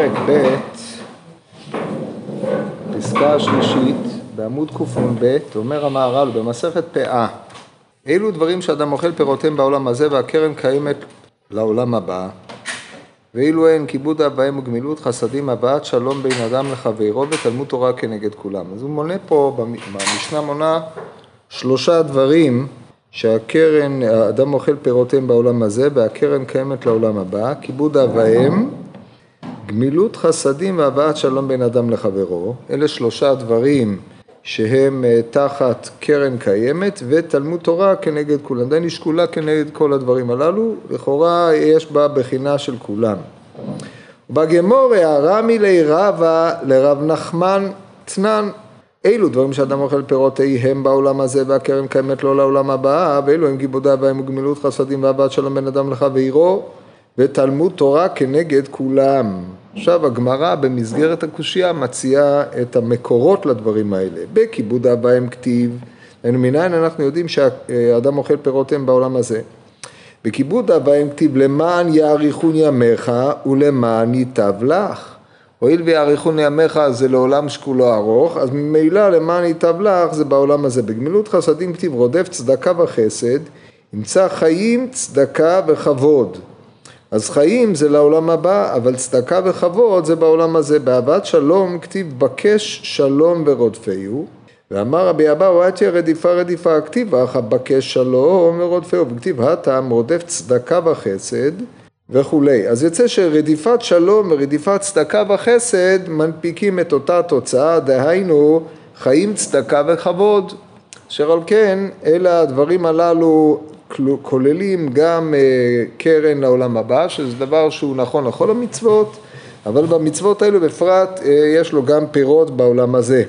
פרק ב', פסקה השלישית, בעמוד קנ"ב, אומר המהר"ל במסכת פאה, אילו דברים שאדם אוכל פירותיהם בעולם הזה והקרן קיימת לעולם הבא, ואילו אין כיבוד אב ואם וגמילות חסדים הבאת שלום בין אדם לחברו ותלמוד תורה כנגד כולם. אז הוא מונה פה, במשנה מונה 3 דברים שהקרן, האדם אוכל פירותיהם בעולם הזה והקרן קיימת לעולם הבא, כיבוד אב ואם, גמילות חסדים והבאת שלום בין אדם לחברו. אלה 3 דברים שהם תחת קרן קיימת, ותלמוד תורה כנגד כולם. דין היא שקולה כנגד כל הדברים הללו, לכאורה יש בה בחינה של כולם. בגמור הרמי רבא לרב נחמן תנן, אילו דברים שאדם אוכל פירותיהם בעולם הזה והקרן קיימת לו לעולם הבא, ואילו הם כיבוד אב ואם וגמילות חסדים והבאת שלום בין אדם לחברו, ותלמוד תורה כנגד כולם. עכשיו הגמרא במסגרת הקושיה מציעה את המקורות לדברים האלה. בכיבוד אב ואם כתיב, מניין אנחנו יודעים שהאדם אוכל פירותיהם בעולם הזה. בכיבוד אב ואם כתיב למען יאריכון ימיך ולמען ייטב לך. הואיל ויאריכון ימיך זה לעולם שכולו ארוך, אז ממילא למען ייטב לך זה בעולם הזה. בגמילות חסדים כתיב רודף צדקה וחסד, ימצא חיים, צדקה וכבוד. אז חיים זה לעולם הבא, אבל צדקה וכבוד זה בעולם הזה. באהבת שלום כתיב בקש שלום ורודפהו, ואמר רבי אבאו התיה רדיפה רדיפה כתיב אך בקש שלום ורודפהו, וכתיב הטעם רודף צדקה וחסד וכולי. אז יוצא שרדיפת שלום ורדיפת צדקה וחסד מנפיקים את אותה תוצאה, דהיינו חיים, צדקה וכבוד. אשר על כן אלה הדברים הללו כוללים גם קרן לעולם הבא, שזה דבר שהוא נכון לכל המצוות, אבל במצוות האלו בפרט יש לו גם פירות בעולם הזה.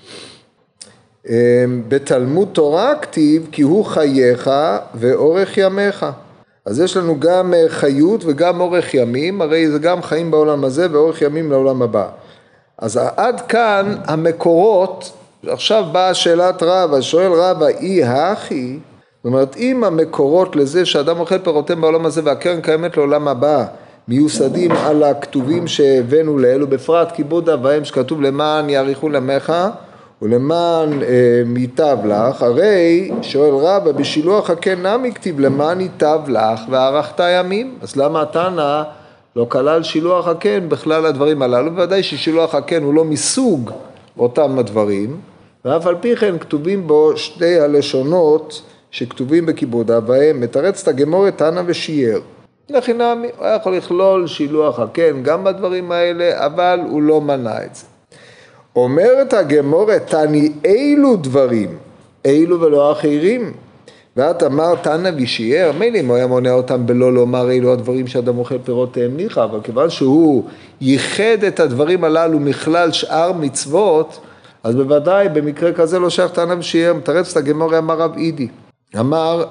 בתלמוד תורה כתיב כי הוא חייך ואורך ימיך. אז יש לנו גם חיות וגם אורך ימים, הרי זה גם חיים בעולם הזה ואורך ימים לעולם הבא. אז עד כאן המקורות. עכשיו באה שאלת רבא, שואל רבא, אי הכי, זאת אומרת, אם המקורות לזה שאדם אוכל פירותיהם בעולם הזה והקרן קיימת לעולם הבא מיוסדים על הכתובים שהבאנו לאלו, בפרט כיבוד אב ואם שכתוב למען יאריכון ימיך ולמען ייטב לך, הרי שואל רבא בשילוח הקן נמי כתיב למען ייטב לך וארכת ימים. אז למה התנא לא כלל שילוח הקן בכלל הדברים הללו? בוודאי ששילוח הקן הוא לא מסוג אותם הדברים, ואף על פי כן כתובים בו 2 הלשונות שכתובים בכיבוד אב ואם. מתרץ את הגמור תנא ושיער. לחינם הוא היה יכול לכלול שילוח הקן גם בדברים האלה, אבל הוא לא מנע את זה. אומרת הגמור תני אילו דברים, אילו ולא אחרים. ואת אמר תנא ושיער, מילא אם הוא היה מונע אותם בלא לומר אילו הדברים שאדם אוכל פירותיהם ניחא, אבל כיוון שהוא ייחד את הדברים הללו מכלל שאר מצוות, אז בוודאי במקרה כזה לא שייך תנא ושיער. מתרץ את הגמור אמר רב אידי. אמר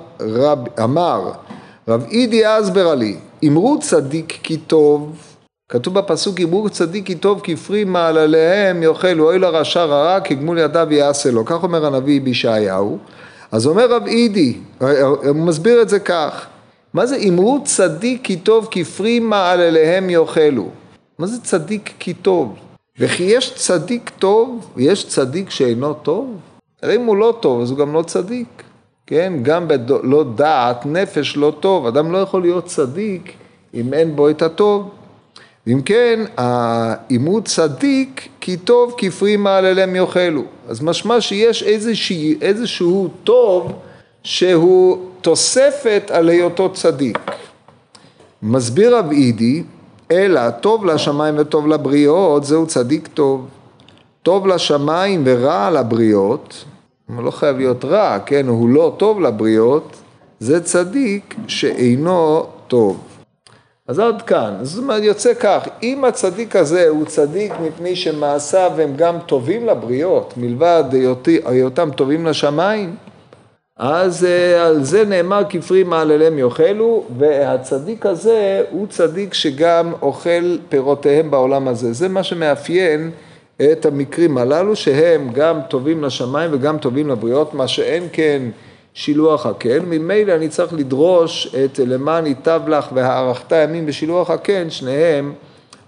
רב אידי אסברה לי, אמרו צדיק כי טוב, כתוב בפסוק אמרו צדיק כי טוב כפרי מעלליהם יאכלו, אוי לרשע רע כגמול ידיו יעשה לו. כך אומר הנביא בישעיהו. אז אומר רב אידי, הוא מסביר את זה כך, מה זה אמרו צדיק כי טוב כפרי מעלליהם יאכלו? מה זה צדיק כי טוב? וכי יש צדיק טוב ויש צדיק שאינו טוב? הרי אם הוא לא טוב אז הוא גם לא צדיק. כן, גם בלא דעת נפש לא טוב, אדם לא יכול להיות צדיק אם אין בו את הטוב. ואם כן, אם הוא צדיק כי טוב כפרי מעלליהם יאכלו, אז משמע שיש איזשהו טוב שהוא תוספת על היותו צדיק. מסביר רב אידי, אלא טוב לשמיים וטוב לבריות זהו צדיק טוב. טוב לשמיים ורע לבריות, הוא לא חייב להיות רע, כן, הוא לא טוב לבריות, זה צדיק שאינו טוב. אז עד כאן, זאת אומרת יוצא כך, אם הצדיק הזה הוא צדיק מפני שמעשיו הם גם טובים לבריות, מלבד היותם טובים לשמיים, אז על זה נאמר כפרי מעלליהם יאכלו, והצדיק הזה הוא צדיק שגם אוכל פירותיהם בעולם הזה. זה מה שמאפיין את המקרים הללו, שהם גם טובים לשמיים וגם טובים לבריות, מה שאין כן שילוח הקן. ממילא אני צריך לדרוש את למען ייטב לך והארכת ימים בשילוח הקן, שניהם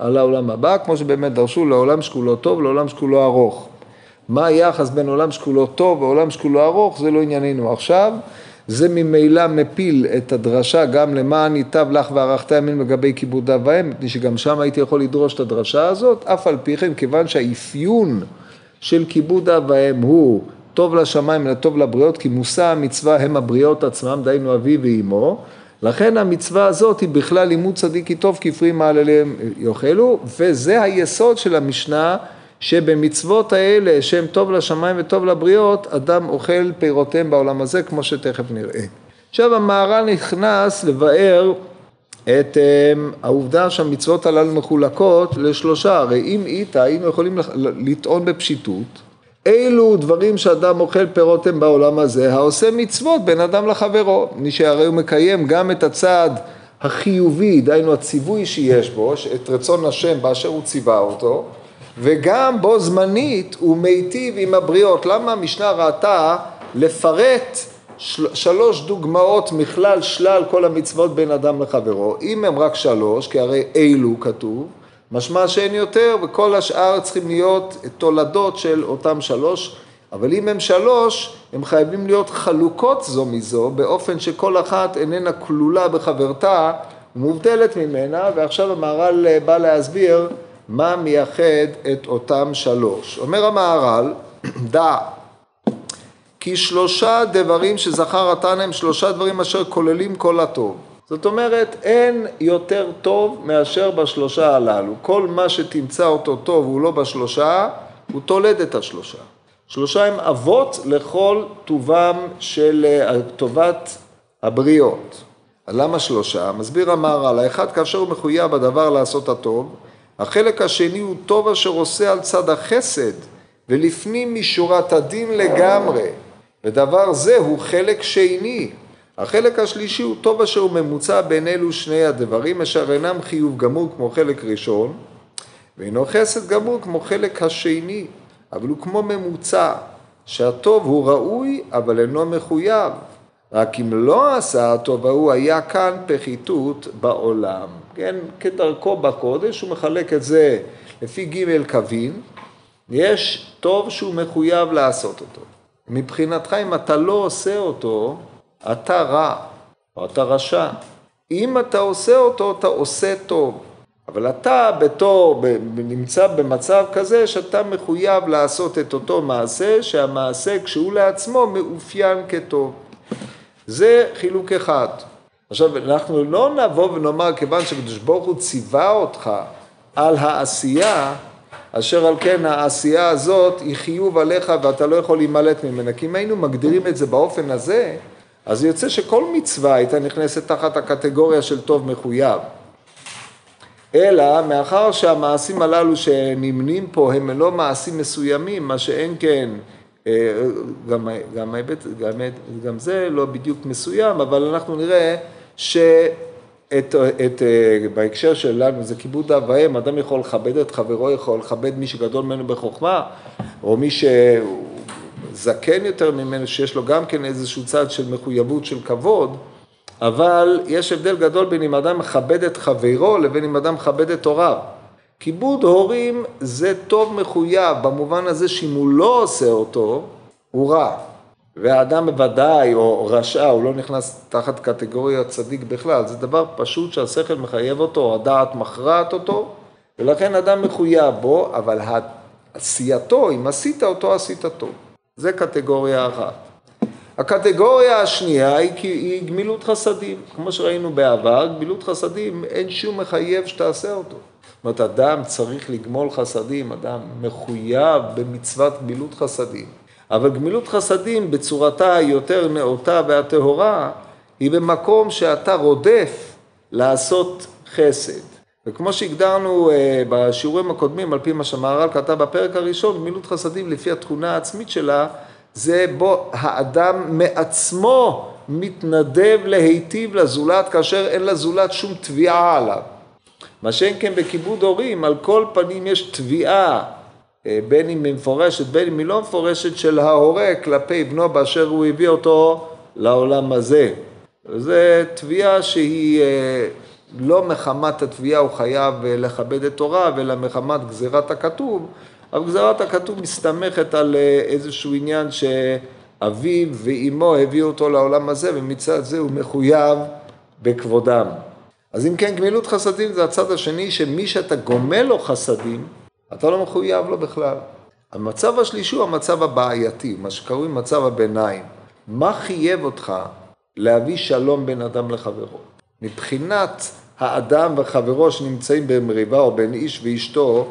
על העולם הבא, כמו שבאמת דרשו לעולם שכולו טוב, לעולם שכולו ארוך. מה היחס בין עולם שכולו טוב ועולם שכולו ארוך, זה לא ענייננו עכשיו. זה ממילא מפיל את הדרשה גם למען ייטב לך וערכת ימים לגבי כיבוד אב ואם, מפני שגם שם הייתי יכול לדרוש את הדרשה הזאת, אף על פי כן, כיוון שהאפיון של כיבוד אב ואם הוא טוב לשמיים וטוב לבריות, כי מושא המצווה הם הבריות עצמם, דהיינו אבי ואמו, לכן המצווה הזאת היא בכלל לימוד צדיקי טוב כפרי מעלליהם יאכלו, וזה היסוד של המשנה, שבמצוות האלה שהם טוב לשמיים וטוב לבריות, אדם אוכל פירותיהם בעולם הזה, כמו שתכף נראה. עכשיו המהר"ל נכנס לבאר את העובדה שהמצוות הללו מחולקות לשלושה, הרי אם איתה היינו יכולים לטעון בפשיטות, אילו דברים שאדם אוכל פירותיהם בעולם הזה, העושה מצוות בין אדם לחברו, שהרי הוא מקיים גם את הצעד החיובי, דהיינו הציווי שיש בו, את רצון השם באשר הוא ציווה אותו, וגם בו זמנית הוא מיטיב עם הבריות. למה המשנה ראתה לפרט 3 דוגמאות מכלל שלל כל המצוות בין אדם לחברו? אם הם רק 3, כי הרי אילו כתוב, משמע שאין יותר, וכל השאר צריכים להיות תולדות של אותם 3, אבל אם הם 3, הם חייבים להיות חלוקות זו מזו, באופן שכל אחת איננה כלולה בחברתה, ומובדלת ממנה, ועכשיו המהר"ל בא להסביר מה מייחד את אותם 3. אומר המהר"ל, דע, כי 3 דברים שזכר התנא הם 3 דברים אשר כוללים כל הטוב. זאת אומרת, אין יותר טוב מאשר ב3 הללו. כל מה שתמצא אותו טוב הוא לא ב3, הוא תולד את ה3. 3 הם אבות לכל טובם של טובת הבריות. למה 3? מסביר המהר"ל, האחד כאשר הוא מחויב בדבר לעשות הטוב, החלק השני הוא טוב אשר עושה על צד החסד, ולפנים משורת הדין לגמרי, ודבר זה הוא חלק שני. החלק השלישי הוא טוב אשר הוא ממוצע בין אלו 2 הדברים, אשר אינם חיוב גמור כמו חלק ראשון, ואינו חסד גמור כמו חלק השני, אבל הוא כמו ממוצע, שהטוב הוא ראוי אבל אינו מחויב. רק אם לא עשה הטוב ההוא היה כאן פחיתות בעולם. כן, כדרכו בקודש הוא מחלק את זה לפי ג' קווים, יש טוב שהוא מחויב לעשות אותו. מבחינתך אם אתה לא עושה אותו, אתה רע או אתה רשע. אם אתה עושה אותו, אתה עושה טוב. אבל אתה נמצא במצב כזה שאתה מחויב לעשות את אותו מעשה, שהמעשה כשהוא לעצמו מאופיין כטוב. זה חילוק אחד. עכשיו, אנחנו לא נבוא ונאמר, כיוון שקדוש ברוך הוא ציווה אותך על העשייה, אשר על כן העשייה הזאת היא חיוב עליך ואתה לא יכול להימלט ממנה. כי אם היינו מגדירים את זה באופן הזה, אז יוצא שכל מצווה הייתה נכנסת תחת הקטגוריה של טוב מחויב. אלא מאחר שהמעשים הללו שנמנים פה הם לא מעשים מסוימים, מה שאין כן, גם זה לא בדיוק מסוים, אבל אנחנו נראה בהקשר שלנו זה כיבוד אב ואם, אדם יכול לכבד את חברו, יכול לכבד מי שגדול ממנו בחוכמה, או מי שזקן יותר ממנו, שיש לו גם כן איזשהו צד של מחויבות של כבוד, אבל יש הבדל גדול בין אם אדם מכבד את חברו לבין אם אדם מכבד את הוריו. כיבוד הורים זה טוב מחויב, במובן הזה שאם הוא לא עושה אותו, הוא רע. והאדם בוודאי, או רשע, הוא לא נכנס תחת קטגוריה צדיק בכלל. זה דבר פשוט שהשכל מחייב אותו, או הדעת מכרעת אותו, ולכן אדם מחויב בו, אבל עשייתו, אם עשית אותו, עשית טוב. זה קטגוריה אחת. הקטגוריה השנייה היא גמילות חסדים. כמו שראינו בעבר, גמילות חסדים אין שום מחייב שתעשה אותו. זאת אומרת, אדם צריך לגמול חסדים, אדם מחויב במצוות גמילות חסדים. אבל גמילות חסדים בצורתה היותר נאותה והטהורה, היא במקום שאתה רודף לעשות חסד. וכמו שהגדרנו בשיעורים הקודמים, על פי מה שהמהר"ל כתב בפרק הראשון, גמילות חסדים לפי התכונה העצמית שלה, זה בו האדם מעצמו מתנדב להיטיב לזולת, כאשר אין לזולת שום תביעה עליו. מה שאין כן בכיבוד הורים, על כל פנים יש תביעה, בין אם היא מפורשת, בין אם היא לא מפורשת, של ההורה כלפי בנו באשר הוא הביא אותו לעולם הזה. זו תביעה שהיא לא מחמת התביעה הוא חייב לכבד את תורה, אלא מחמת גזירת הכתוב, אבל גזירת הכתוב מסתמכת על איזשהו עניין שאביו ואימו הביאו אותו לעולם הזה, ומצד זה הוא מחויב בכבודם. אז אם כן, גמילות חסדים זה הצד השני, שמי שאתה גומל לו חסדים, אתה לא מחויב לו בכלל. המצב השלישי הוא המצב הבעייתי, מה שקרוי מצב הביניים. מה חייב אותך להביא שלום בין אדם לחברו? מבחינת האדם וחברו שנמצאים במריבה, או בין איש ואשתו,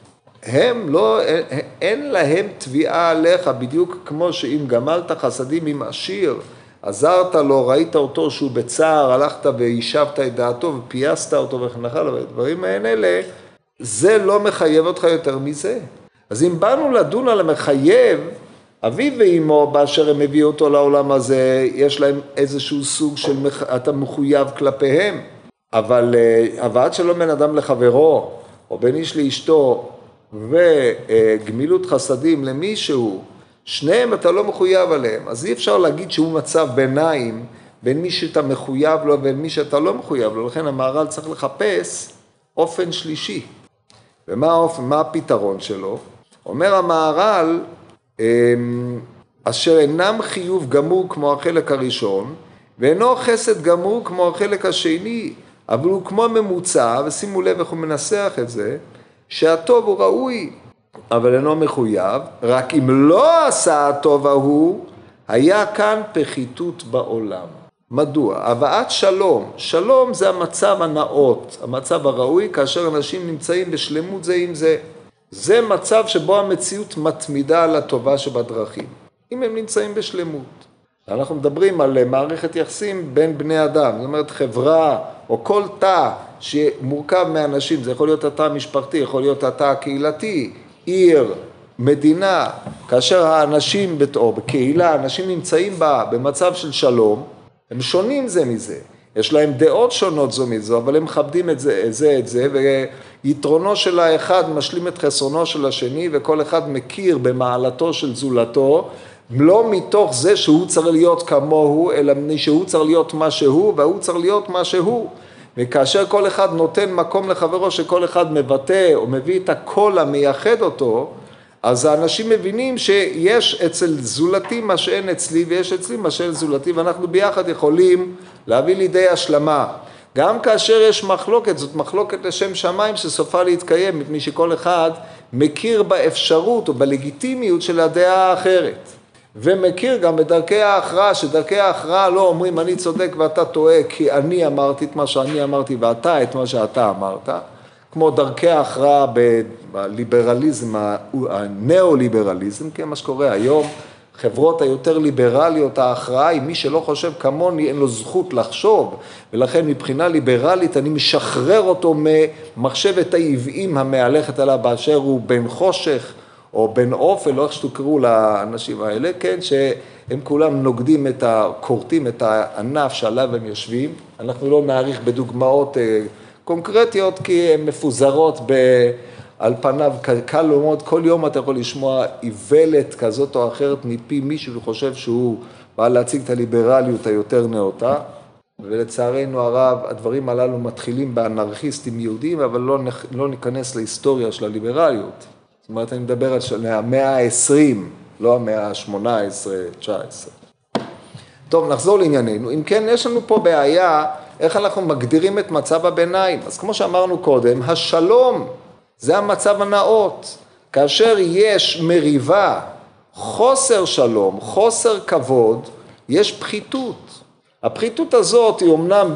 אין להם תביעה עליך, בדיוק כמו שאם גמלת חסדים עם עשיר, עזרת לו, ראית אותו שהוא בצער, הלכת וישבת את דעתו ופייסת אותו וכן הלאה, והדברים האלה, זה לא מחייב אותך יותר מזה. אז אם באנו לדון על המחייב, אביו ואמו באשר הם הביאו אותו לעולם הזה, יש להם איזשהו סוג של אתה מחויב כלפיהם, אבל הבאת שלום בין אדם לחברו, או בין איש לאשתו, וגמילות חסדים למישהו, שניהם אתה לא מחויב עליהם. אז אי אפשר להגיד שהוא מצב ביניים, בין מי שאתה מחויב לו ובין מי שאתה לא מחויב לו. לכן המהר"ל צריך לחפש אופן שלישי. ומה הפתרון שלו? אומר המהר"ל, אשר אינם חיוב גמור כמו החלק הראשון, ואינו חסד גמור כמו החלק השני, אבל הוא כמו ממוצע, ושימו לב איך הוא מנסח את זה, שהטוב הוא ראוי, אבל אינו מחויב, רק אם לא עשה הטוב ההוא, היה כאן פחיתות בעולם. מדוע? הבאת שלום. שלום זה המצב הנאות, המצב הראוי, כאשר אנשים נמצאים בשלמות זה עם זה. זה מצב שבו המציאות מתמידה על הטובה שבדרכים, אם הם נמצאים בשלמות. אנחנו מדברים על מערכת יחסים בין בני אדם, זאת אומרת חברה או כל תא שמורכב מאנשים, זה יכול להיות התא המשפחתי, יכול להיות התא הקהילתי, עיר, מדינה, כאשר האנשים או בקהילה, אנשים נמצאים בה במצב של שלום, הם שונים זה מזה. יש להם דעות שונות זו מזו, אבל הם מכבדים את זה, ויתרונו של האחד משלים את חסרונו של השני, וכל אחד מכיר במעלתו של זולתו, לא מתוך זה שהוא צריך להיות כמוהו, אלא שהוא צריך להיות מה שהוא, והוא צריך להיות מה שהוא. וכאשר כל אחד נותן מקום לחברו, שכל אחד מבטא או מביא את הקול המייחד אותו, אז האנשים מבינים שיש אצל זולתי מה שאין אצלי, ויש אצלי מה שאין זולתי, ואנחנו ביחד יכולים להביא לידי השלמה. גם כאשר יש מחלוקת, זאת מחלוקת לשם שמיים שסופה להתקיים, מפני שכל אחד מכיר באפשרות או בלגיטימיות של הדעה האחרת. ומכיר גם בדרכי ההכרעה, שדרכי ההכרעה לא אומרים אני צודק ואתה טועה, כי אני אמרתי את מה שאני אמרתי ואתה את מה שאתה אמרת, כמו דרכי ההכרעה בליברליזם, הנאו-ליברליזם, כי מה שקורה היום, חברות היותר ליברליות, ההכרעה היא מי שלא חושב כמוני, אין לו זכות לחשוב, ולכן מבחינה ליברלית אני משחרר אותו ממחשבת העוועים המהלכת עליו באשר הוא בן חושך, או בן אופל, לא איך שתקראו לאנשים האלה, כן, שהם כולם נוגדים קורטים את הענף שעליו הם יושבים. אנחנו לא נעריך בדוגמאות קונקרטיות, כי הן מפוזרות על פניו, קל לומר, כל יום אתה יכול לשמוע איוולת כזאת או אחרת מפי מישהו וחושב שהוא בא להציג את הליברליות היותר נאותה, ולצערנו הרב, הדברים הללו מתחילים באנרכיסטים יהודים, אבל לא ניכנס להיסטוריה של הליברליות. זאת אומרת, אני מדבר על המאה ה-20, לא המאה ה-18, 19. טוב, נחזור לענייננו. אם כן, יש לנו פה בעיה, איך אנחנו מגדירים את מצב הביניים. אז כמו שאמרנו קודם, השלום זה המצב הנאות. כאשר יש מריבה, חוסר שלום, חוסר כבוד, יש פחיתות. הפחיתות הזאת היא אומנם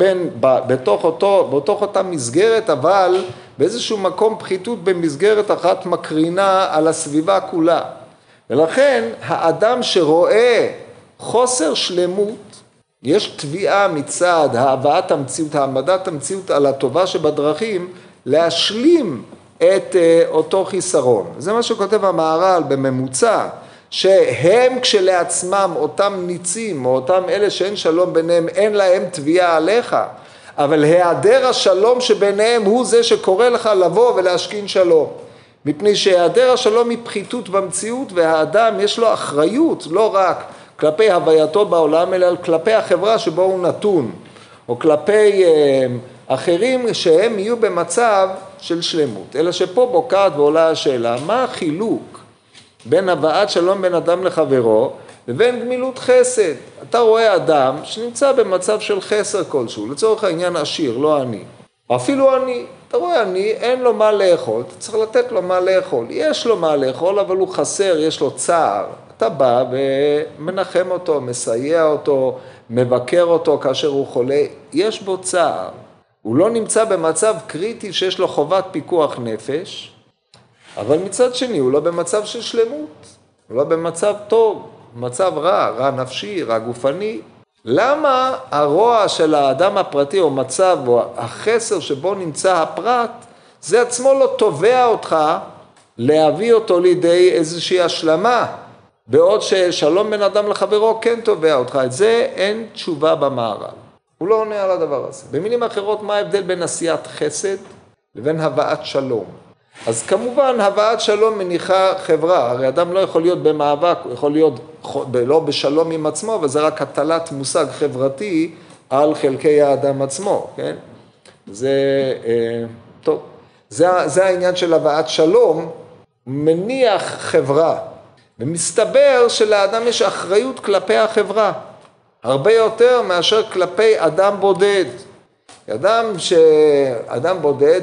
בתוך אותה מסגרת, אבל באיזשהו מקום פחיתות במסגרת אחת מקרינה על הסביבה כולה. ולכן האדם שרואה חוסר שלמות, יש תביעה מצד הבאת המציאות, העמדת המציאות על הטובה שבדרכים, להשלים את אותו חיסרון. זה מה שכותב המהר"ל בממוצע, שהם כשלעצמם אותם ניצים, או אותם אלה שאין שלום ביניהם, אין להם תביעה עליך, אבל היעדר השלום שביניהם הוא זה שקורא לך לבוא ולהשכין שלום. מפני שהיעדר השלום היא פחיתות במציאות, והאדם יש לו אחריות, לא רק כלפי הווייתו בעולם, אלא כלפי החברה שבו הוא נתון, או כלפי אחרים שהם יהיו במצב של שלמות. אלא שפה בוקעת ועולה השאלה, מה החילוק בין הבאת שלום בין אדם לחברו לבין גמילות חסד? אתה רואה אדם שנמצא במצב של חסר כלשהו, לצורך העניין עשיר, לא עני. אפילו עני, אתה רואה עני, אין לו מה לאכול, אתה צריך לתת לו מה לאכול. יש לו מה לאכול, אבל הוא חסר, יש לו צער. אתה בא ומנחם אותו, מסייע אותו, מבקר אותו כאשר הוא חולה, יש בו צער. הוא לא נמצא במצב קריטי שיש לו חובת פיקוח נפש, אבל מצד שני הוא לא במצב של שלמות, הוא לא במצב טוב, מצב רע נפשי, רע גופני. למה הרוע של האדם הפרטי או מצב או החסר שבו נמצא הפרט, זה עצמו לא תובע אותך להביא אותו לידי איזושהי השלמה, בעוד ששלום בין אדם לחברו כן תובע אותך? את זה אין תשובה במערב. הוא לא עונה על הדבר הזה. במילים אחרות, מה ההבדל בין עשיית חסד לבין הבאת שלום? אז כמובן, הבאת שלום מניחה חברה. הרי אדם לא יכול להיות במאבק, הוא יכול להיות לא בשלום עם עצמו, וזה רק הטלת מושג חברתי על חלקי האדם עצמו, כן? זה, טוב, זה העניין של הבאת שלום, מניח חברה. ומסתבר שלאדם יש אחריות כלפי החברה, הרבה יותר מאשר כלפי אדם בודד. אדם בודד,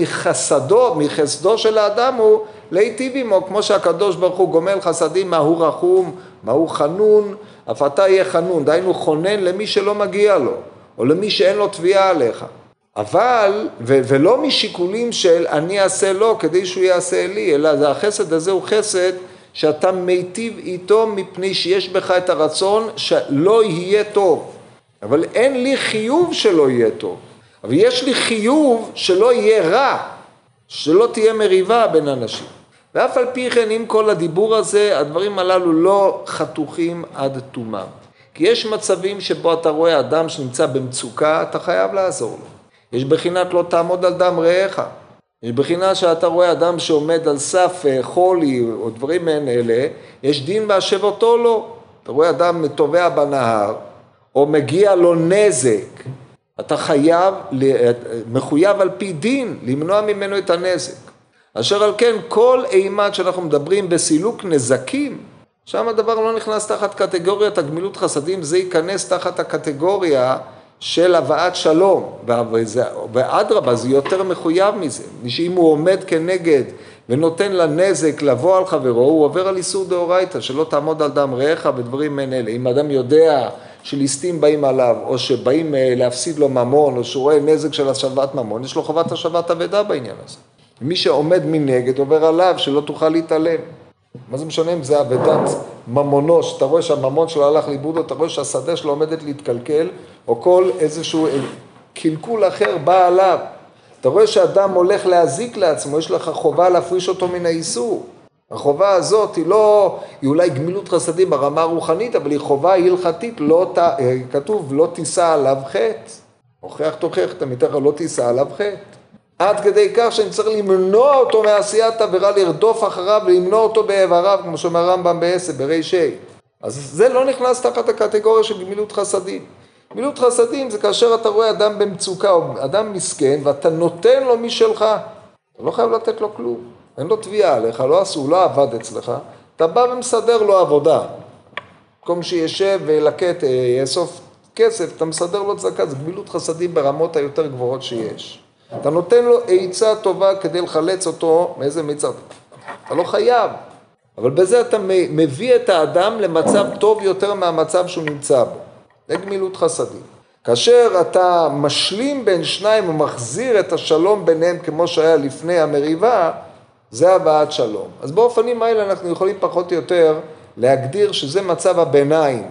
מחסדו של האדם הוא להיטיב עמו, כמו שהקדוש ברוך הוא גומל חסדים, מהו רחום, מהו חנון, אף אתה יהיה חנון, דהיינו חונן למי שלא מגיע לו, או למי שאין לו תביעה עליך. אבל, ולא משיקולים של אני אעשה לו כדי שהוא יעשה לי, אלא החסד הזה הוא חסד שאתה מיטיב איתו מפני שיש בך את הרצון שלא יהיה טוב. אבל אין לי חיוב שלא יהיה טוב. אבל יש לי חיוב שלא יהיה רע, שלא תהיה מריבה בין אנשים. ואף על פי כן, עם כל הדיבור הזה, הדברים הללו לא חתוכים עד תומם. כי יש מצבים שבו אתה רואה אדם שנמצא במצוקה, אתה חייב לעזור לו. יש בחינת לא תעמוד על דם רעך. יש בחינה שאתה רואה אדם שעומד על סף חולי או דברים מעין אלה, יש דין בהשבתו לו. אתה רואה אדם טובע בנהר, או מגיע לו נזק, אתה מחויב על פי דין למנוע ממנו את הנזק. אשר על כן, כל אימת שאנחנו מדברים בסילוק נזקים, שם הדבר לא נכנס תחת קטגוריית הגמילות חסדים, זה ייכנס תחת הקטגוריה של הבאת שלום, ואדרבה, זה יותר מחויב מזה, שאם הוא עומד כנגד ונותן לנזק לבוא על חברו, הוא עובר על איסור דאורייתא, שלא תעמוד על דם רעך ודברים מן אלה. אם אדם יודע שליסטים באים עליו, או שבאים להפסיד לו ממון, או שהוא רואה נזק של השבת ממון, יש לו חובת השבת אבדה בעניין הזה. מי שעומד מנגד עובר עליו שלא תוכל להתעלם. מה זה משנה אם זה אבדת ממונו, שאתה רואה שהממון שלו הלך לאיבוד, או אתה רואה שהשדה שלו עומדת להתקלקל, או כל איזשהו קלקול אחר בא עליו. אתה רואה שאדם הולך להזיק לעצמו, יש לך חובה להפריש אותו מן האיסור. החובה הזאת היא אולי גמילות חסדים ברמה הרוחנית, אבל היא חובה הלכתית, כתוב לא תישא עליו חטא. הוכח תוכח, אתה מתאר לא תישא עליו חטא. עד כדי כך שאני צריך למנוע אותו מעשיית עבירה, לרדוף אחריו ולמנוע אותו באיבריו, כמו שאומר רמב"ם בעשר, ברישי. אז זה לא נכנס תחת הקטגוריה של גמילות חסדים. גמילות חסדים זה כאשר אתה רואה אדם במצוקה או אדם מסכן ואתה נותן לו משלך. אתה לא חייב לתת לו כלום. אין לו תביעה עליך, לא עשו, לא עבד אצלך. אתה בא ומסדר לו עבודה. במקום שישב ולקט, יאסוף כסף, אתה מסדר לו צדקה. זה גמילות חסדים ברמות היותר גבוהות שיש. אתה נותן לו עצה טובה כדי לחלץ אותו מאיזה מצד. אתה לא חייב. אבל בזה אתה מביא את האדם למצב טוב יותר מהמצב שהוא נמצא בו. זה גמילות חסדים. כאשר אתה משלים בין שניים ומחזיר את השלום ביניהם כמו שהיה לפני המריבה, זה הבאת שלום. אז באופנים האלה אנחנו יכולים פחות או יותר להגדיר שזה מצב הביניים,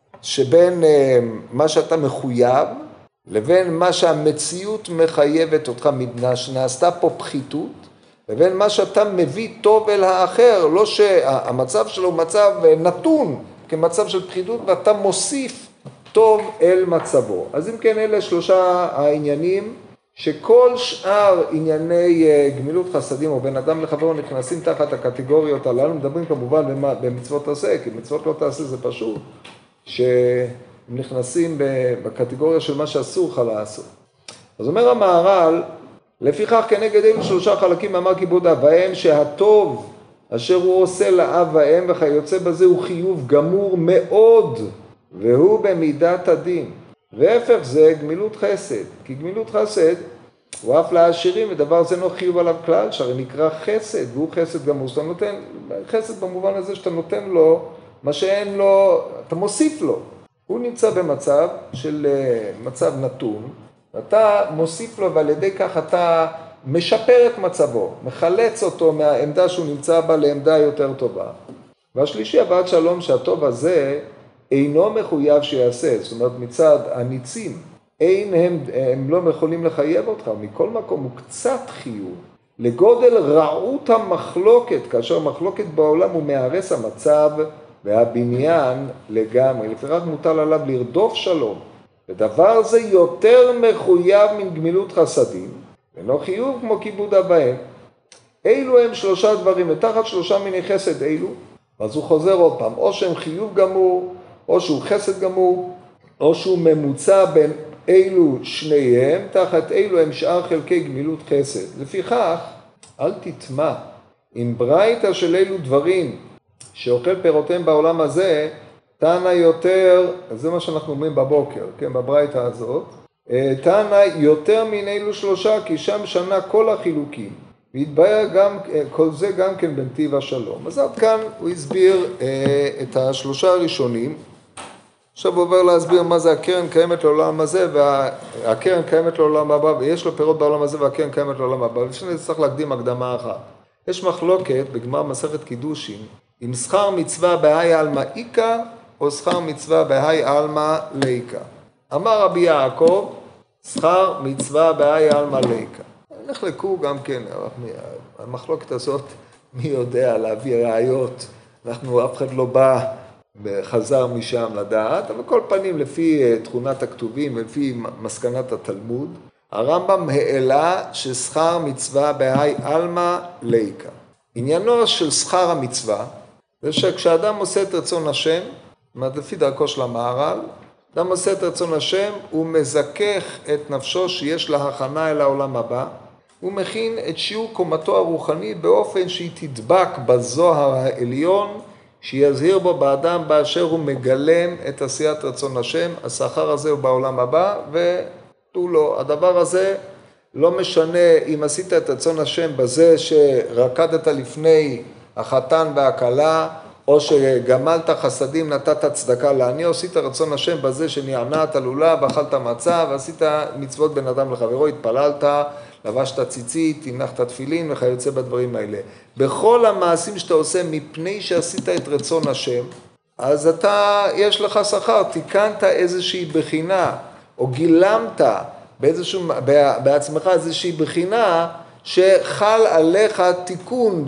שבין מה שאתה מחויב, לבין מה שהמציאות מחייבת אותך, שנעשתה פה פחיתות, לבין מה שאתה מביא טוב אל האחר, לא שהמצב שלו הוא מצב נתון, כמצב של פחיתות, ואתה מוסיף טוב אל מצבו. אז אם כן, אלה שלושה העניינים, שכל שאר ענייני גמילות חסדים או בין אדם לחברו נכנסים תחת הקטגוריות הללו, מדברים כמובן במצוות תעשה, כי מצוות לא תעשה זה פשוט, שהם נכנסים בקטגוריה של מה שאסור לך לעשות. אז אומר המהר"ל, לפיכך כנגד אלו 3 חלקים אמר כיבוד אב ואם, שהטוב אשר הוא עושה לאב ואם וכיוצא בזה הוא חיוב גמור מאוד, והוא במידת הדין. והפך זה גמילות חסד, כי גמילות חסד הוא אף לעשירים, ודבר זה לא חיוב עליו כלל, שהרי נקרא חסד, והוא חסד גמור. שאתה נותן, חסד במובן הזה שאתה נותן לו מה שאין לו, אתה מוסיף לו. הוא נמצא במצב של מצב נתון, אתה מוסיף לו ועל ידי כך אתה משפר את מצבו, מחלץ אותו מהעמדה שהוא נמצא בה לעמדה יותר טובה. והשלישי, הבאת שלום, שהטוב הזה אינו מחויב שיעשה, זאת אומרת מצד הניצים, הם לא יכולים לחייב אותך, מכל מקום הוא קצת חיוב. לגודל רעות המחלוקת, כאשר מחלוקת בעולם הוא מהרס המצב והבניין לגמרי, לפיכך מוטל עליו לרדוף שלום. ודבר זה יותר מחויב מן גמילות חסדים, ואינו חיוב כמו כיבוד אב ואם. אילו הם 3 דברים, ותחת 3 מיני חסד אילו, אז הוא חוזר עוד פעם, או שהם חיוב גמור, או שהוא חסד גמור, או שהוא ממוצע בין אילו שניהם, תחת אילו הם שאר חלקי גמילות חסד. לפיכך, אל תטמע, אם ברייתא של אילו דברים שאוכל פירותיהם בעולם הזה, תנא יותר, זה מה שאנחנו אומרים בבוקר, כן, בברייתא הזאת, תנא יותר מן אילו 3, כי שם שנה כל החילוקים, והתבהר גם, כל זה גם כן בנתיב השלום. אז עד כאן הוא הסביר את 3 הראשונים, עכשיו הוא עובר להסביר מה זה הקרן קיימת לעולם הזה, והקרן קיימת לעולם הבא, ויש לו פירות בעולם הזה והקרן קיימת לעולם הבא. לפני זה צריך להקדים הקדמה אחת. יש מחלוקת בגמר מסכת קידושין, אם שכר מצווה בהאי עלמא איכא, או שכר מצווה בהאי עלמא ליקא. אמר רבי יעקב, שכר מצווה בהאי עלמא ליקא. נחלקו גם כן, המחלוקת הזאת, מי יודע להביא ראיות, אף אחד לא בא וחזר משם לדעת, אבל כל פנים לפי תכונת הכתובים ולפי מסקנת התלמוד, הרמב"ם העלה ששכר מצווה בהאי עלמא ליקא. עניינו של שכר המצווה, זה שכשאדם עושה את רצון השם, לפי דרכו של המהר"ל, אדם עושה את רצון השם, הוא מזכך את נפשו שיש לה הכנה אל העולם הבא, הוא מכין את שיעור קומתו הרוחני באופן שהיא תדבק בזוהר העליון, שיזהיר בו באדם באשר הוא מגלם את עשיית רצון השם. השכר הזה הוא בעולם הבא, ותו לו, הדבר הזה לא משנה אם עשית את רצון השם בזה שרקדת לפני החתן והכלה, או שגמלת חסדים, נתת צדקה לעני, או עשית רצון השם בזה שנענעת לולב, אכלת מצה, ועשית מצוות בין אדם לחברו, התפללת, לבשת ציצית, הנחת תפילין וכיוצא בדברים האלה. בכל המעשים שאתה עושה מפני שעשית את רצון השם, אז יש לך שכר, תיקנת איזושהי בחינה, או גילמת בעצמך איזושהי בחינה, שחל עליך תיקון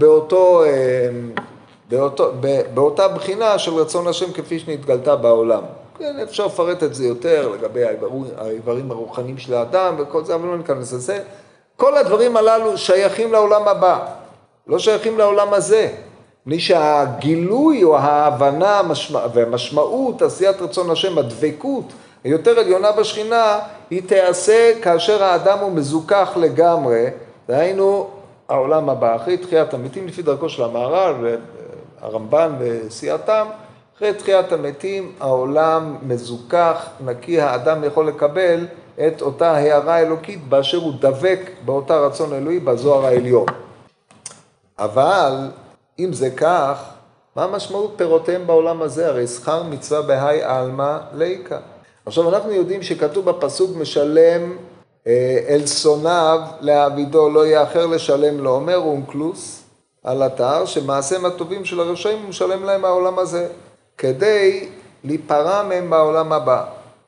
באותה בחינה של רצון השם כפי שנתגלתה בעולם. כן, אפשר לפרט את זה יותר לגבי האיברים הרוחניים של האדם וכל זה, אבל לא ניכנס לזה. כל הדברים הללו שייכים לעולם הבא, לא שייכים לעולם הזה. מפני שהגילוי או ההבנה והמשמעות, עשיית רצון השם, הדבקות היותר עליונה בשכינה, היא תיעשה כאשר האדם הוא מזוכח לגמרי, דהיינו העולם הבא. אחרי תחיית המתים, לפי דרכו של המהר"ל והרמב"ן וסייעתם, אחרי תחיית המתים העולם מזוכח, נקי, האדם יכול לקבל את אותה הערה אלוקית באשר הוא דבק באותה רצון אלוהי בזוהר העליון. אבל אם זה כך, מה משמעות פירותיהם בעולם הזה? הרי שכר מצווה בהאי עלמא ליקא. עכשיו אנחנו יודעים שכתוב בפסוק משלם אל שונאיו לעבידו, לא יאחר לשלם לו, אומר אונקלוס על אתר שמעשיהם הטובים של הרשעים הוא משלם להם העולם הזה, כדי להיפרע מהם בעולם הבא.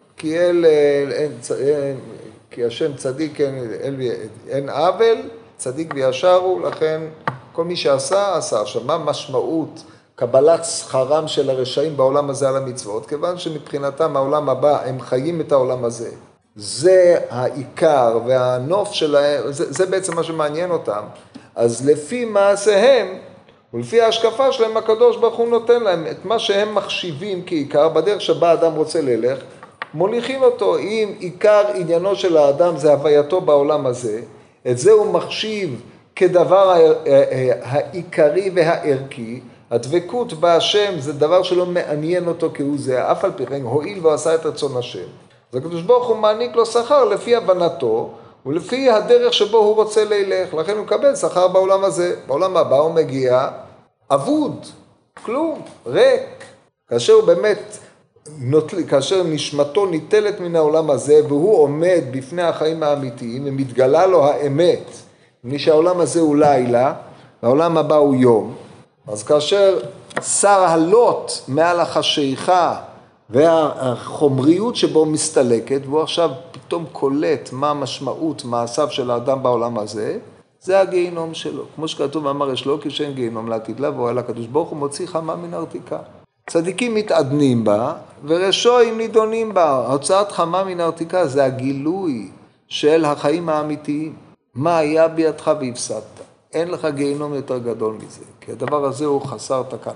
כי השם צדיק אין עוול, צדיק וישר הוא, לכן כל מי שעשה, עשה. עכשיו, מה משמעות קבלת שכרם של הרשעים בעולם הזה על המצוות? כיוון שמבחינתם העולם הבא, הם חיים את העולם הזה. זה העיקר והנוף שלהם, זה בעצם מה שמעניין אותם. אז לפי מעשיהם, ולפי ההשקפה שלהם, הקדוש ברוך הוא נותן להם את מה שהם מחשיבים כעיקר, בדרך שבה אדם רוצה ללך, מוליכים אותו. אם עיקר עניינו של האדם זה הווייתו בעולם הזה, את זה הוא מחשיב כדבר העיקרי והערכי, הדבקות בהשם זה דבר שלא מעניין אותו כהוא זה, אף על פי כן הועיל ועשה את רצון השם. אז הקדוש ברוך הוא מעניק לו שכר לפי הבנתו, ולפי הדרך שבו הוא רוצה ללך, לכן הוא מקבל שכר בעולם הזה. בעולם הבא הוא מגיע אבוד, כלום, ריק. כאשר הוא באמת, כאשר נשמתו ניטלת מן העולם הזה, והוא עומד בפני החיים האמיתיים, ומתגלה לו האמת, מי שהעולם הזה הוא לילה, והעולם הבא הוא יום. אז כאשר שר הלוט מעל החשיכה, והחומריות שבו מסתלקת, והוא עכשיו פתאום קולט מה המשמעות, מעשיו של האדם בעולם הזה, זה הגיהינום שלו. כמו שכתוב ואמר יש לו, כשאין גיהינום לעתיד לבוא, אלא הקדוש ברוך הוא מוציא חמה מן הרתיקה. צדיקים מתעדנים בה, ורשעים נידונים בה. הוצאת חמה מן הרתיקה זה הגילוי של החיים האמיתיים. מה היה בידך והפסדת? אין לך גיהינום יותר גדול מזה, כי הדבר הזה הוא חסר תקנה.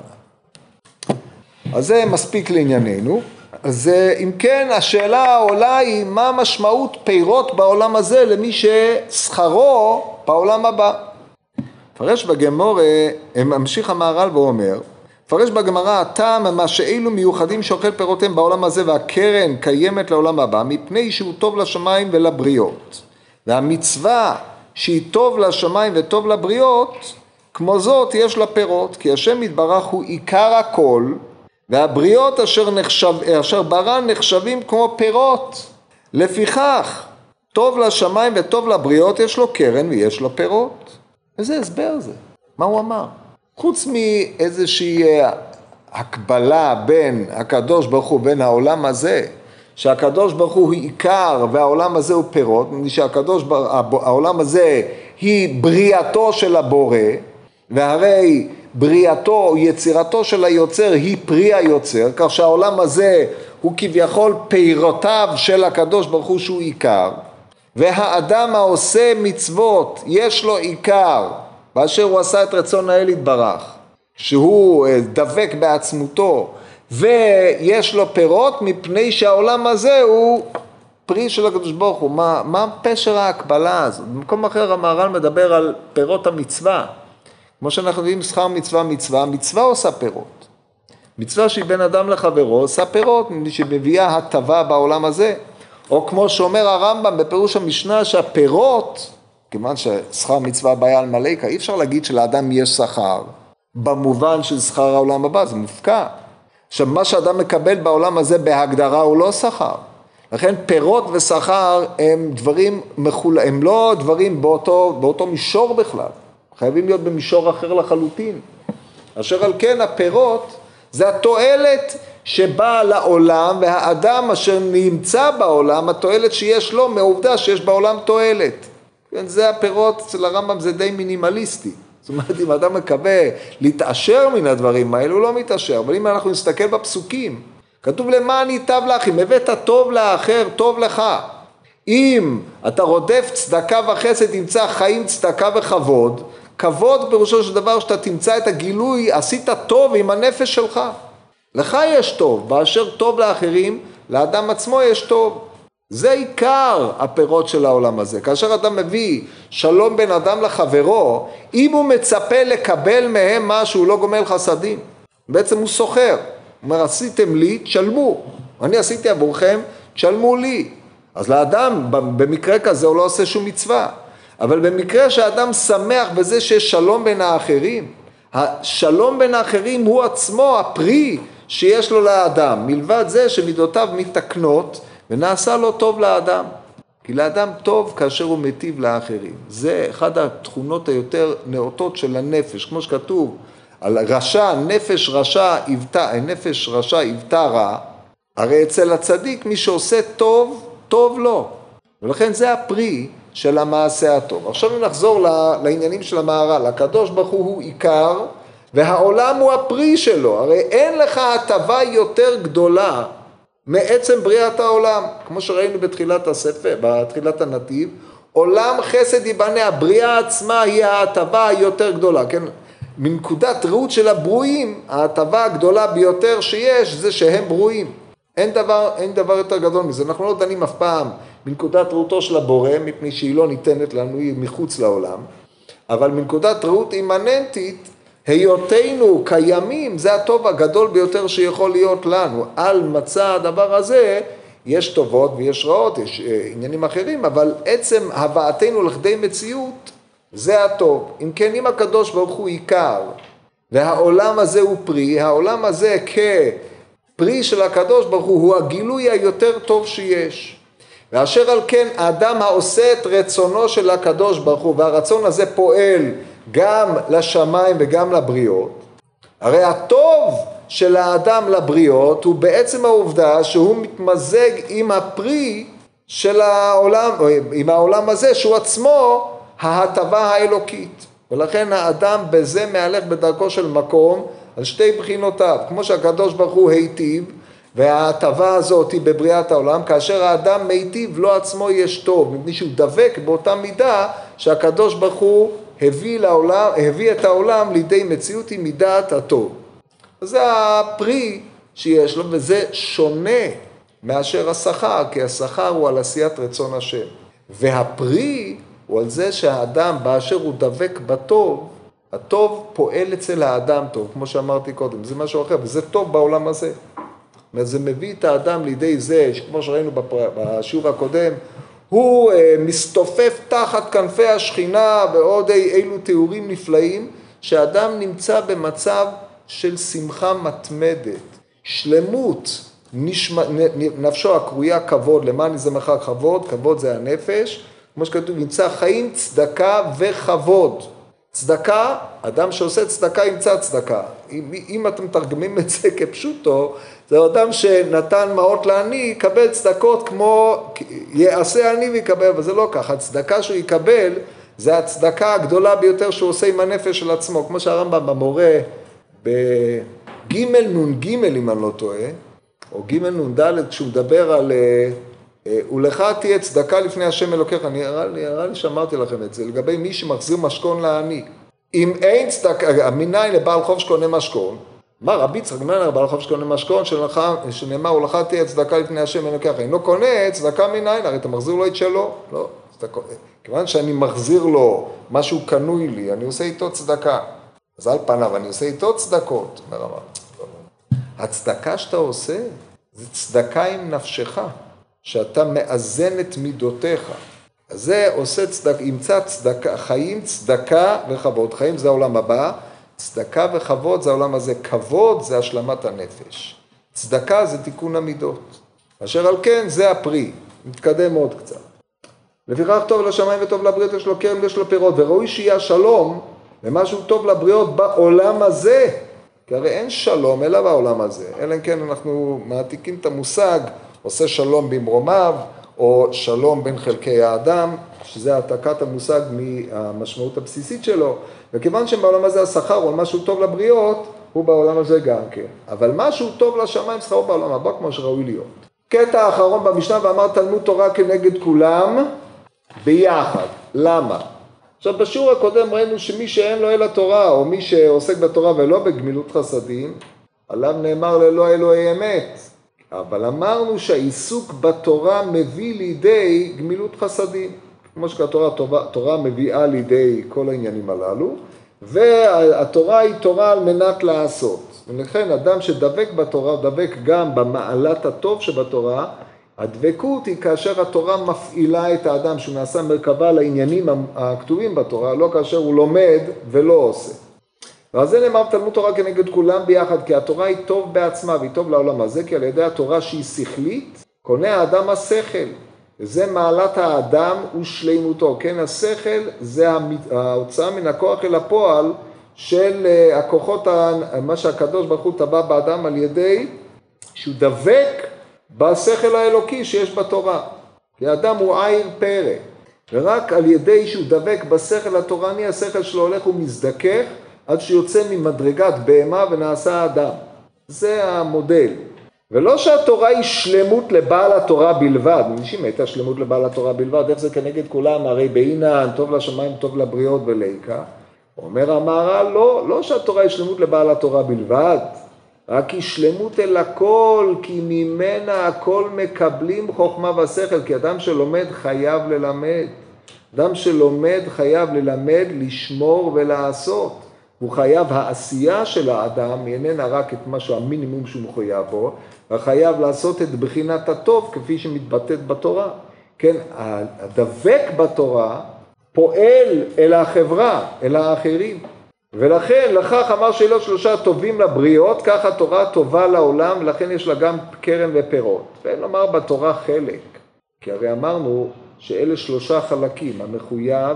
אז זה מספיק לענייננו. אז אם כן, השאלה העולה היא מה משמעות פירות בעולם הזה למי ששכרו בעולם הבא. פרש בגמרא, ממשיך המהר"ל ואומר, פרש בגמרא, הטעם מה שאלו מיוחדים שאוכל פירותיהם בעולם הזה והקרן קיימת לעולם הבא, מפני שהוא טוב לשמיים ולבריות. והמצווה שהיא טוב לשמיים וטוב לבריות, כמו זאת יש לה פירות, כי השם יתברך הוא עיקר הכל, והבריות אשר ברא נחשבים כמו פירות. לפיכך, טוב לשמיים וטוב לבריות יש לו קרן ויש לו פירות. איזה הסבר זה? מה הוא אמר? חוץ מאיזושהי הקבלה בין הקדוש ברוך הוא ובין העולם הזה, שהקדוש ברוך הוא עיקר והעולם הזה הוא פירות, העולם הזה היא בריאתו של הבורא, והרי בריאתו או יצירתו של היוצר היא פרי היוצר, כך שהעולם הזה הוא כביכול פירותיו של הקדוש ברוך הוא שהוא עיקר, והאדם העושה מצוות יש לו עיקר, באשר הוא עשה את רצון האל יתברך, שהוא דבק בעצמותו, ויש לו פירות מפני שהעולם הזה הוא פרי של הקדוש ברוך הוא. מה פשר ההקבלה הזאת? במקום אחר המהר"ל מדבר על פירות המצווה. כמו שאנחנו יודעים, שכר מצווה מצווה, מצווה עושה פירות. מצווה שהיא בין אדם לחברו עושה פירות, שמביאה הטבה בעולם הזה. או כמו שאומר הרמב"ם בפירוש המשנה שהפירות, כיוון ששכר מצווה בעיה על מלאקה, אי אפשר להגיד שלאדם יש שכר, במובן של שכר העולם הבא, זה מופקע. עכשיו, מה שאדם מקבל בעולם הזה בהגדרה הוא לא שכר. לכן פירות ושכר הם דברים הם לא דברים באותו מישור בכלל. חייבים להיות במישור אחר לחלוטין. אשר על כן הפירות זה התועלת שבאה לעולם, והאדם אשר נמצא בעולם, התועלת שיש לו מהעובדה שיש בעולם תועלת. זה הפירות, אצל הרמב"ם זה די מינימליסטי. זאת אומרת, אם האדם מקווה להתעשר מן הדברים האלו, הוא לא מתעשר. אבל אם אנחנו נסתכל בפסוקים, כתוב למען ייטב לך, אם הבאת טוב לאחר, טוב לך. אם אתה רודף צדקה וחסד, תמצא חיים, צדקה וכבוד, כבוד פירושו של דבר שאתה תמצא את הגילוי, עשית טוב עם הנפש שלך. לך יש טוב, באשר טוב לאחרים, לאדם עצמו יש טוב. זה עיקר הפירות של העולם הזה. כאשר אדם מביא שלום בין אדם לחברו, אם הוא מצפה לקבל מהם משהו, הוא לא גומל חסדים. בעצם הוא סוחר. הוא אומר, עשיתם לי, תשלמו. אני עשיתי עבורכם, תשלמו לי. אז לאדם, במקרה כזה, הוא לא עושה שום מצווה. אבל במקרה שהאדם שמח בזה שיש שלום בין האחרים, השלום בין האחרים הוא עצמו הפרי שיש לו לאדם. מלבד זה שמידותיו מתקנות, ונעשה לו טוב לאדם. כי לאדם טוב כאשר הוא מטיב לאחרים. זה אחד התכונות היותר נאותות של הנפש. כמו שכתוב על רשע, נפש רשע יבטא רע. הרי אצל הצדיק מי שעושה טוב, טוב לו. ולכן זה הפרי של המעשה הטוב. עכשיו אם נחזור לעניינים של המהר"ל. הקדוש ברוך הוא עיקר, והעולם הוא הפרי שלו. הרי אין לך הטבה יותר גדולה מעצם בריאת העולם, כמו שראינו בתחילת הספר, בתחילת הנתיב, עולם חסד ייבנה, הבריאה עצמה היא ההטבה היותר גדולה, כן? מנקודת ראות של הברואים, ההטבה הגדולה ביותר שיש זה שהם ברואים. אין דבר יותר גדול מזה. אנחנו לא דנים אף פעם בנקודת ראותו של הבורא, מפני שהיא לא ניתנת לנו, היא מחוץ לעולם. אבל מנקודת ראות אימננטית, היותנו קיימים, זה הטוב הגדול ביותר שיכול להיות לנו. על מצע הדבר הזה, יש טובות ויש רעות, יש עניינים אחרים, אבל עצם הבאתנו לכדי מציאות, זה הטוב. אם כן, אם הקדוש ברוך הוא עיקר, והעולם הזה הוא פרי, העולם הזה כפרי של הקדוש ברוך הוא הגילוי היותר טוב שיש. ואשר על כן, האדם העושה את רצונו של הקדוש ברוך הוא, והרצון הזה פועל גם לשמיים וגם לבריות, הרי הטוב של האדם לבריות הוא בעצם העובדה שהוא מתמזג עם הפרי של העולם, או עם העולם הזה, שהוא עצמו ההטבה האלוקית. ולכן האדם בזה מהלך בדרכו של מקום על שתי בחינותיו, כמו שהקדוש ברוך הוא היטיב, וההטבה הזאת היא בבריאת העולם, כאשר האדם מיטיב לא עצמו יש טוב, מפני שהוא דבק באותה מידה שהקדוש ברוך הוא הביא את העולם לידי מציאות עם מידת הטוב. זה הפרי שיש לו, וזה שונה מאשר השכר, כי השכר הוא על עשיית רצון השם. והפרי הוא על זה שהאדם באשר הוא דבק בטוב, הטוב פועל אצל האדם טוב, כמו שאמרתי קודם, זה משהו אחר, וזה טוב בעולם הזה. זה מביא את האדם לידי זה, כמו שראינו בשיעור הקודם, הוא מסתופף תחת כנפי השכינה ועוד אילו תיאורים נפלאים, שהאדם נמצא במצב של שמחה מתמדת, שלמות, נפשו הקרויה כבוד, למען יזמך כבוד, כבוד זה הנפש, כמו שכתוב, נמצא חיים, צדקה וכבוד. צדקה, אדם שעושה צדקה ימצא צדקה. אם אתם מתרגמים את זה כפשוטו, זה אדם שנתן מעות לעני, יקבל צדקות כמו יעשה עני ויקבל, אבל זה לא ככה. הצדקה שהוא יקבל, זה הצדקה הגדולה ביותר שהוא עושה עם הנפש של עצמו. כמו שהרמב"ם במורה, בג' נ' ג' אם אני לא טועה, או ג' נ' ד', כשהוא מדבר על ולך תהיה צדקה לפני השם אלוקיך, נראה לי שאמרתי לכם את זה, לגבי מי שמחזיר משכון לעני. אם אין צדקה, מניין לבעל חוב שקונה משכון, מה רבי יצחק מניין לבעל חוב שקונה משכון, שנאמר ולך תהיה צדקה לפני השם אלוקיך, אם לא קונה צדקה מניין, הרי אתה מחזיר לו את שלו, לא, כיוון שאני מחזיר לו משהו קנוי לי, אני עושה איתו צדקה, אז על פניו אני עושה איתו צדקות, אומר אמר, הצדקה שאתה עושה, זה צדקה עם נפשך, שאתה מאזן את מידותיך. אז זה עושה ימצא צדקה, חיים, צדקה וכבוד. חיים זה העולם הבא, צדקה וכבוד זה העולם הזה. כבוד זה השלמת הנפש. צדקה זה תיקון המידות. אשר על כן זה הפרי. נתקדם עוד קצת. לפיכך טוב לשמיים וטוב לבריות, יש לו קרן ויש לו פירות, וראוי שיהיה שלום ומשהו טוב לבריות בעולם הזה. כי הרי אין שלום אלא בעולם הזה. אלא אם כן אנחנו מעתיקים את המושג, עושה שלום במרומיו, או שלום בין חלקי האדם, שזה העתקת המושג מהמשמעות הבסיסית שלו, וכיוון שבעולם הזה השכר הוא משהו טוב לבריות, הוא בעולם הזה גם כן. אבל משהו טוב לשמיים שכרו בעולם הבא, כמו שראוי להיות. קטע האחרון במשנה, ואמר תלמוד תורה כנגד כולם ביחד. למה? עכשיו בשיעור הקודם ראינו שמי שאין לו אלא תורה, או מי שעוסק בתורה ולא בגמילות חסדים, עליו נאמר ללא אלוהי אמת. אבל אמרנו שהעיסוק בתורה מביא לידי גמילות חסדים. כמו שהתורה מביאה לידי כל העניינים הללו, והתורה היא תורה על מנת לעשות. ולכן אדם שדבק בתורה, דבק גם במעלת הטוב שבתורה, הדבקות היא כאשר התורה מפעילה את האדם, שהוא נעשה מרכבה לעניינים הכתובים בתורה, לא כאשר הוא לומד ולא עושה. ועל זה נאמר תלמוד תורה כנגד כולם ביחד, כי התורה היא טוב בעצמה והיא טוב לעולם הזה, כי על ידי התורה שהיא שכלית, קונה האדם השכל. וזה מעלת האדם ושלימותו. כן, השכל זה ההוצאה מן הכוח אל הפועל של הכוחות, מה שהקדוש ברוך הוא טבע באדם על ידי שהוא דבק בשכל האלוקי שיש בתורה. כי האדם הוא עיר פרא, ורק על ידי שהוא דבק בשכל התורני, השכל שלו הולך ומזדכך, עד שיוצא ממדרגת בהמה ונעשה אדם. זה המודל. ולא שהתורה היא שלמות לבעל התורה בלבד. מנישים הייתה שלמות לבעל התורה בלבד, איך זה כנגד כולם? הרי בעינן, טוב לשמיים, טוב לבריות וליקה. אומר המהר"ל, לא שהתורה היא שלמות לבעל התורה בלבד, רק כי שלמות אל הכל, כי ממנה הכל מקבלים חוכמה ושכל, כי אדם שלומד חייב ללמד. אדם שלומד חייב ללמד, לשמור ולעשות. הוא חייב, העשייה של האדם איננה רק את משהו המינימום שהוא מחויב בו, וחייב לעשות את בחינת הטוב כפי שמתבטאת בתורה. כן, הדבק בתורה פועל אל החברה, אל האחרים. ולכן, לכך אמר שאלה שלושה טובים לבריות, כך התורה טובה לעולם, ולכן יש לה גם קרן ופירות. ואין לומר בתורה חלק, כי הרי אמרנו שאלה שלושה חלקים, המחויב,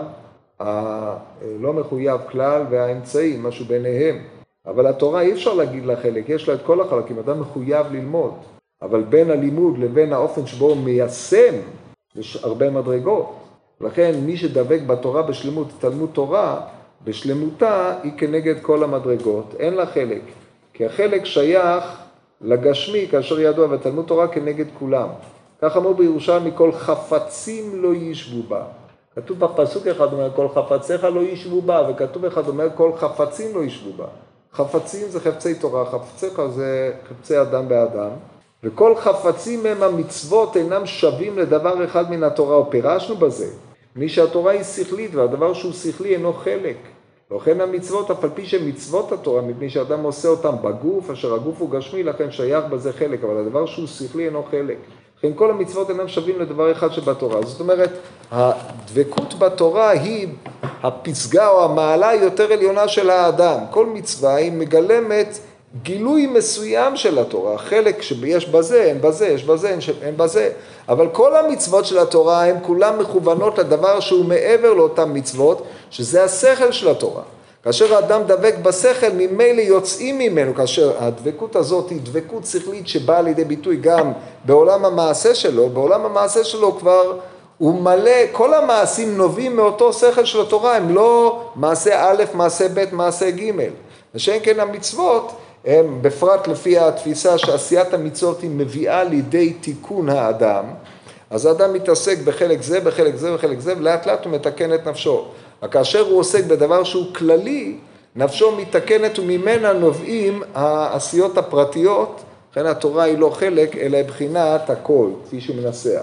הלא מחויב כלל והאמצעי, משהו ביניהם. אבל התורה אי אפשר להגיד לה חלק, יש לה את כל החלקים, אדם מחויב ללמוד. אבל בין הלימוד לבין האופן שבו הוא מיישם, יש הרבה מדרגות. לכן מי שדבק בתורה בשלמות, תלמוד תורה, בשלמותה היא כנגד כל המדרגות, אין לה חלק. כי החלק שייך לגשמי, כאשר ידוע, ותלמוד תורה כנגד כולם. כך אמרו בירושלמי, כל חפצים לא ישבו בה. כתוב בפסוק אחד אומר, כל חפציך לא ישבו בה, וכתוב אחד אומר, כל חפצים לא ישבו בה. חפצים זה חפצי תורה, חפציך זה חפצי אדם באדם. וכל חפצים הם המצוות אינם שווים לדבר אחד מן התורה, ופירשנו בזה. מי שהתורה היא שכלית, והדבר שהוא שכלי אינו חלק. לכן המצוות, אף על פי שמצוות התורה, מפני שאדם עושה אותם בגוף, אשר הגוף הוא גשמי, לכן שייך בזה חלק, אבל הדבר שהוא שכלי אינו חלק. לכן כל המצוות אינם שווים לדבר אחד שבתורה. זאת אומרת, הדבקות בתורה היא הפסגה או המעלה יותר עליונה של האדם. כל מצווה היא מגלמת גילוי מסוים של התורה, חלק שיש בזה, אין בזה, יש בזה, אין בזה, אבל כל המצוות של התורה הן כולן מכוונות לדבר שהוא מעבר לאותן מצוות, שזה השכל של התורה. כאשר האדם דבק בשכל, ממילא יוצאים ממנו, כאשר הדבקות הזאת היא דבקות שכלית שבאה לידי ביטוי גם בעולם המעשה שלו, בעולם המעשה שלו כבר הוא מלא, כל המעשים נובעים מאותו שכל של התורה, הם לא מעשה א', מעשה ב', מעשה ג'. ושאין כן המצוות, הם בפרט לפי התפיסה שעשיית המצוות היא מביאה לידי תיקון האדם, אז האדם מתעסק בחלק זה, בחלק זה, בחלק זה, ולאט לאט הוא מתקן את נפשו. כאשר הוא עוסק בדבר שהוא כללי, נפשו מתקנת וממנה נובעים העשיות הפרטיות, לכן התורה היא לא חלק, אלא בחינת הכל, כפי שהוא מנסח.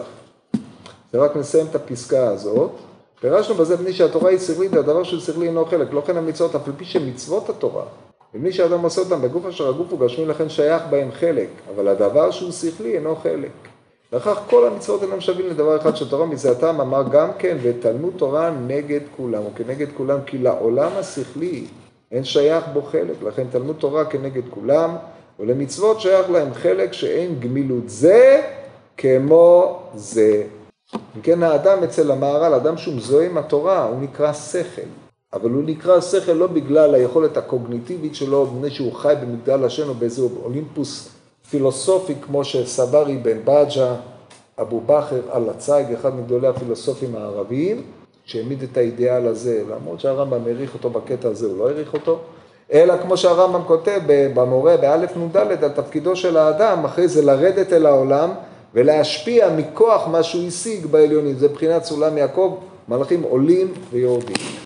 זה רק נסיים את הפסקה הזאת. פירשנו בזה בני שהתורה היא שכלית, והדבר שהוא שכלי אינו חלק, לא כן המצוות, אף על פי שמצוות התורה. ומי שאדם עושה אותם בגוף אשר הגוף הוא גשמי, לכן שייך בהם חלק, אבל הדבר שהוא שכלי אינו חלק. לכך כל המצוות אינם שווים לדבר אחד שתורה מזה הטעם אמר גם כן, ותלמוד תורה נגד כולם, או כנגד כולם, כי לעולם השכלי אין שייך בו חלק, לכן תלמוד תורה כנגד כולם, ולמצוות שייך להם חלק שאין גמילות זה כמו זה. וכן האדם אצל המהר"ל, האדם שהוא מזוהה עם התורה, הוא נקרא שכל. אבל הוא נקרא שכל לא בגלל היכולת הקוגניטיבית שלו, בגלל שהוא חי במגדל השן או באיזה אולימפוס פילוסופי, כמו שסברי בן בג'ה, אבו בכר אל-צייג, אחד מגדולי הפילוסופים הערביים, שהעמיד את האידיאל הזה, למרות שהרמב"ם העריך אותו בקטע הזה, הוא לא העריך אותו, אלא כמו שהרמב"ם כותב במורה, באלף נ"ד, על תפקידו של האדם, אחרי זה לרדת אל העולם, ולהשפיע מכוח מה שהוא השיג בעליונים. זה בחינת סולם יעקב, מלאכים עולים ויורדים.